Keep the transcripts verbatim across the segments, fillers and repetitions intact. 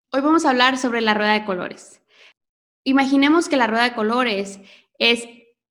Hoy vamos a hablar sobre la rueda de colores. Imaginemos que la rueda de colores es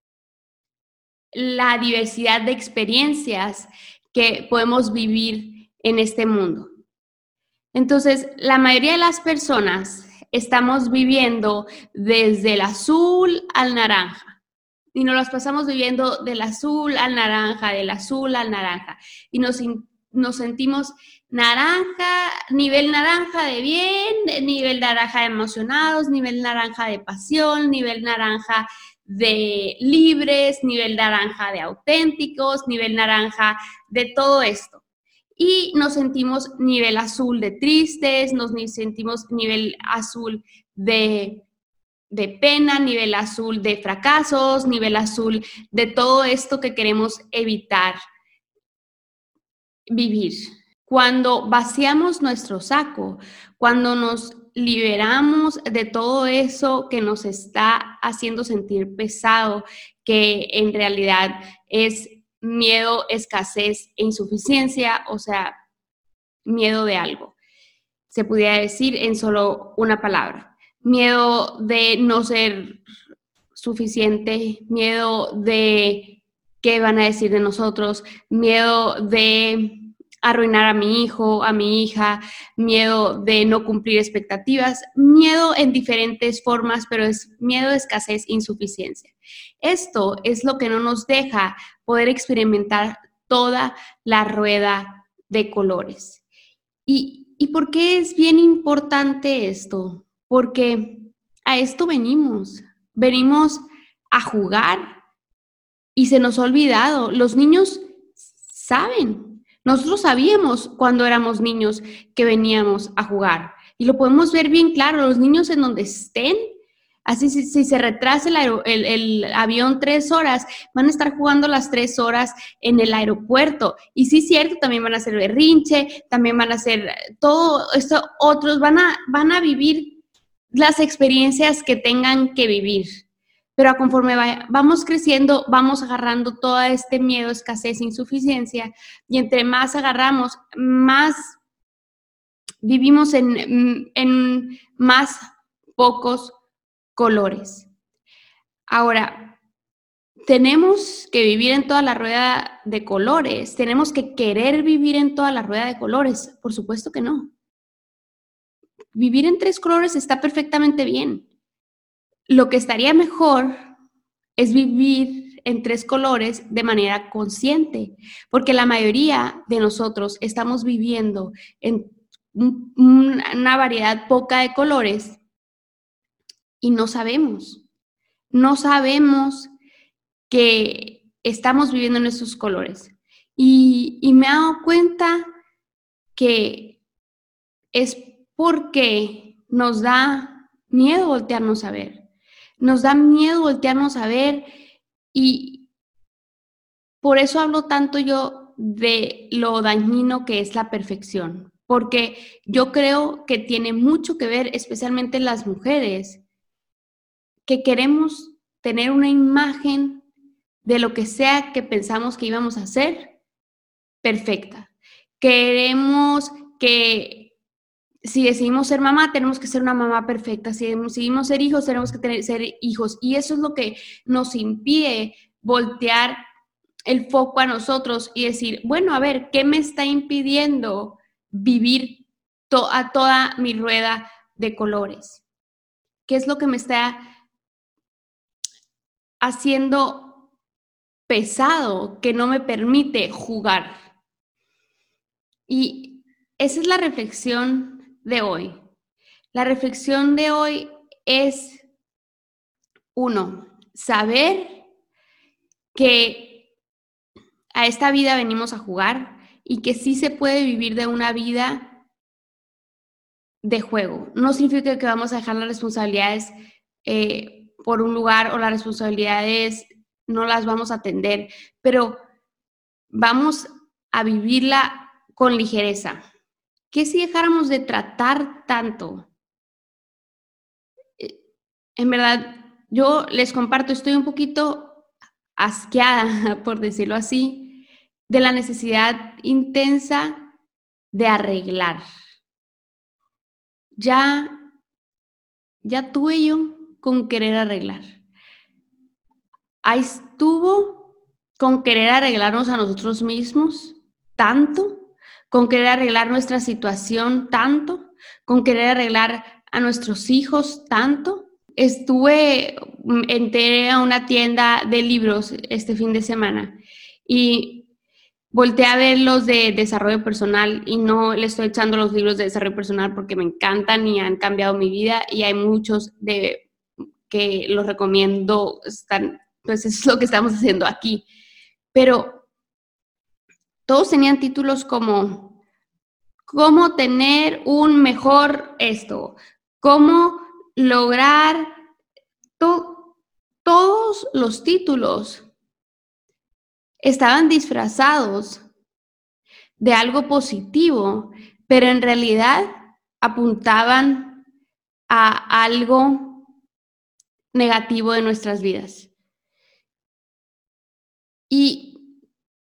la diversidad de experiencias que podemos vivir en este mundo. Entonces, la mayoría de las personas estamos viviendo desde el azul al naranja y nos las pasamos viviendo del azul al naranja, del azul al naranja y nos, nos sentimos naranja, nivel naranja de bien, nivel naranja de emocionados, nivel naranja de pasión, nivel naranja de libres, nivel naranja de auténticos, nivel naranja de todo esto. Y nos sentimos nivel azul de tristes, nos sentimos nivel azul de, de pena, nivel azul de fracasos, nivel azul de todo esto que queremos evitar vivir. Cuando vaciamos nuestro saco, cuando nos liberamos de todo eso que nos está haciendo sentir pesado, que en realidad es miedo, escasez e insuficiencia, o sea, miedo de algo. Se pudiera decir en solo una palabra. Miedo de no ser suficiente, miedo de qué van a decir de nosotros, miedo de arruinar a mi hijo, a mi hija, miedo de no cumplir expectativas, miedo en diferentes formas, pero es miedo de escasez, insuficiencia. Esto es lo que no nos deja poder experimentar toda la rueda de colores. ¿Y, y por qué es bien importante esto? Porque a esto venimos, venimos a jugar y se nos ha olvidado. Los niños saben, nosotros sabíamos cuando éramos niños que veníamos a jugar y lo podemos ver bien claro, los niños en donde estén. Así, si, si se retrasa el, aer- el, el avión tres horas, van a estar jugando las tres horas en el aeropuerto. Y sí, cierto, también van a hacer berrinche, también van a hacer todo esto, otros van a, van a vivir las experiencias que tengan que vivir. Pero conforme va, vamos creciendo, vamos agarrando todo este miedo, escasez, insuficiencia, y entre más agarramos, más vivimos en, en más pocos colores. Ahora, tenemos que vivir en toda la rueda de colores, tenemos que querer vivir en toda la rueda de colores, por supuesto que no. Vivir en tres colores está perfectamente bien. Lo que estaría mejor es vivir en tres colores de manera consciente, porque la mayoría de nosotros estamos viviendo en una variedad poca de colores y no sabemos. No sabemos que estamos viviendo en esos colores. Y, y me he dado cuenta que es porque nos da miedo voltearnos a ver. Nos da miedo voltearnos a ver y por eso hablo tanto yo de lo dañino que es la perfección. Porque yo creo que tiene mucho que ver, especialmente las mujeres, que queremos tener una imagen de lo que sea que pensamos que íbamos a hacer, perfecta. Queremos que si decidimos ser mamá, tenemos que ser una mamá perfecta. Si decidimos ser hijos, tenemos que tener, ser hijos. Y eso es lo que nos impide voltear el foco a nosotros y decir, bueno, a ver, ¿qué me está impidiendo vivir to- a toda mi rueda de colores? ¿Qué es lo que me está haciendo pesado, que no me permite jugar? Y esa es la reflexión de hoy. La reflexión de hoy es, uno, saber que a esta vida venimos a jugar y que sí se puede vivir de una vida de juego. No significa que vamos a dejar las responsabilidades eh, por un lugar o las responsabilidades no las vamos a atender, pero vamos a vivirla con ligereza. ¿Qué si dejáramos de tratar tanto? En verdad, yo les comparto, estoy un poquito asqueada, por decirlo así, de la necesidad intensa de arreglar, ya, ya tuve yo con querer arreglar. Ahí estuvo con querer arreglarnos a nosotros mismos tanto, con querer arreglar nuestra situación tanto, con querer arreglar a nuestros hijos tanto. Estuve, entré a una tienda de libros este fin de semana y volteé a ver los de desarrollo personal y no le estoy echando los libros de desarrollo personal porque me encantan y han cambiado mi vida y hay muchos de que los recomiendo, están, pues eso es lo que estamos haciendo aquí. Pero todos tenían títulos como cómo tener un mejor esto, cómo lograr to- todos los títulos estaban disfrazados de algo positivo, pero en realidad apuntaban a algo negativo de nuestras vidas. Y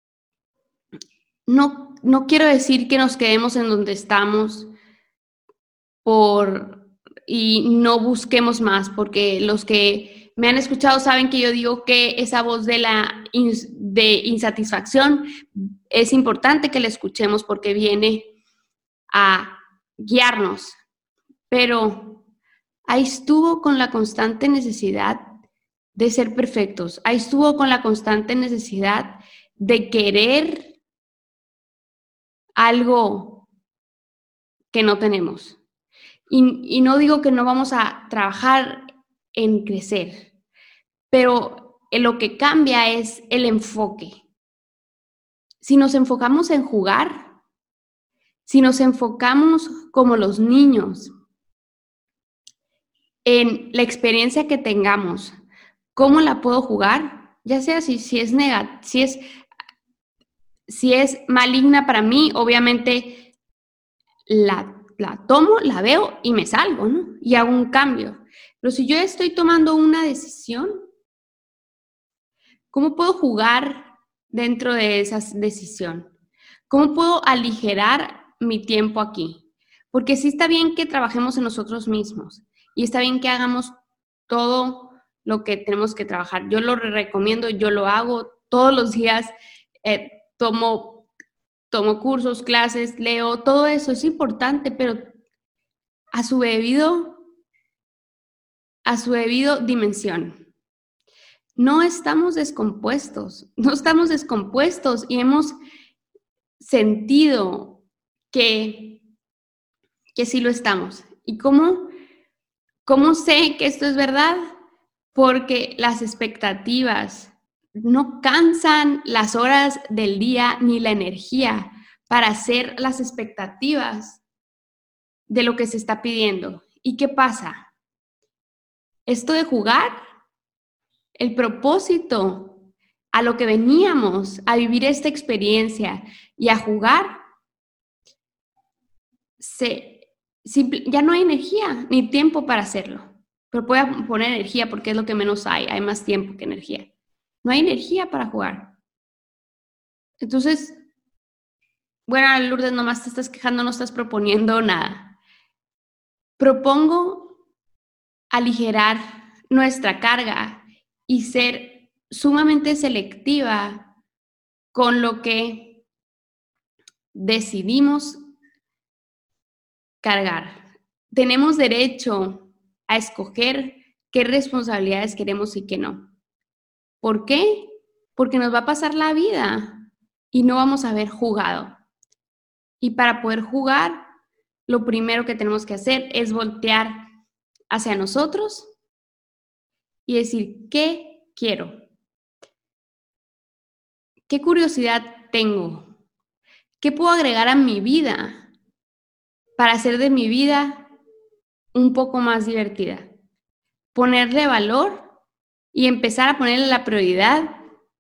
no, no quiero decir que nos quedemos en donde estamos por, y no busquemos más, porque los que me han escuchado saben que yo digo que esa voz de la de insatisfacción es importante que la escuchemos porque viene a guiarnos, pero ahí estuvo con la constante necesidad de ser perfectos, ahí estuvo con la constante necesidad de querer algo que no tenemos. Y, y no digo que no vamos a trabajar en crecer, pero lo que cambia es el enfoque. Si nos enfocamos en jugar, si nos enfocamos como los niños en la experiencia que tengamos, ¿cómo la puedo jugar? Ya sea si, si es negativa, si es, si es maligna para mí, obviamente la la tomo, la veo y me salgo, ¿no? Y hago un cambio. Pero si yo estoy tomando una decisión, ¿cómo puedo jugar dentro de esa decisión? ¿Cómo puedo aligerar mi tiempo aquí? Porque sí está bien que trabajemos en nosotros mismos y está bien que hagamos todo lo que tenemos que trabajar. Yo lo recomiendo, yo lo hago todos los días, eh, tomo tomo cursos, clases, leo, todo eso es importante, pero a su debido, a su debido dimensión. No estamos descompuestos, no estamos descompuestos y hemos sentido que, que sí lo estamos. ¿Y cómo, cómo sé que esto es verdad? Porque las expectativas no cansan las horas del día ni la energía para hacer las expectativas de lo que se está pidiendo. ¿Y qué pasa? Esto de jugar, el propósito a lo que veníamos a vivir esta experiencia y a jugar, se, simple, ya no hay energía ni tiempo para hacerlo. Pero voy a poner energía porque es lo que menos hay, hay más tiempo que energía. No hay energía para jugar. Entonces, bueno, Lourdes, nomás te estás quejando, no estás proponiendo nada. Propongo aligerar nuestra carga y ser sumamente selectiva con lo que decidimos cargar. Tenemos derecho a escoger qué responsabilidades queremos y qué no. ¿Por qué? Porque nos va a pasar la vida y no vamos a haber jugado. Y para poder jugar, lo primero que tenemos que hacer es voltear hacia nosotros y decir, ¿qué quiero? ¿Qué curiosidad tengo? ¿Qué puedo agregar a mi vida para hacer de mi vida un poco más divertida? Ponerle valor y empezar a ponerle la prioridad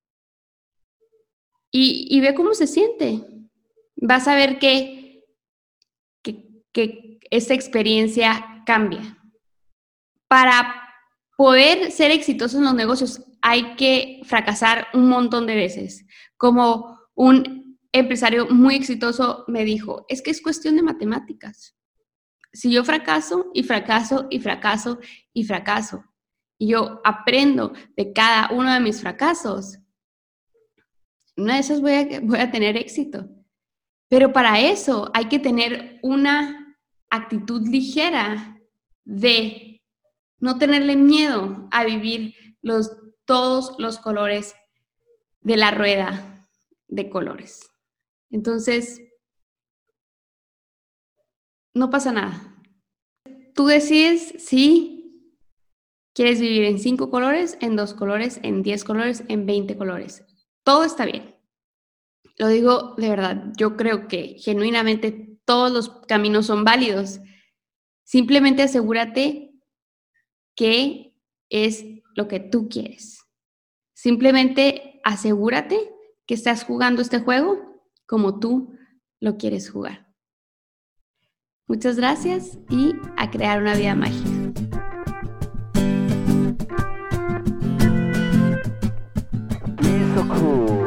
y, y ve cómo se siente. Vas a ver que, que, que esta experiencia cambia. Para poder ser exitosos en los negocios hay que fracasar un montón de veces. Como un empresario muy exitoso me dijo, es que es cuestión de matemáticas. si yo fracaso y fracaso y fracaso y fracaso, y yo aprendo de cada uno de mis fracasos, una de esas voy a, voy a tener éxito. Pero para eso hay que tener una actitud ligera de no tenerle miedo a vivir los, todos los colores de la rueda de colores. Entonces, no pasa nada. Tú decides si quieres vivir en cinco colores, en dos colores, en diez colores, en veinte colores. Todo está bien. Lo digo de verdad. Yo creo que genuinamente todos los caminos son válidos. Simplemente asegúrate que es lo que tú quieres. Simplemente asegúrate que estás jugando este juego como tú lo quieres jugar. Muchas gracias y a crear una vida mágica. So cool.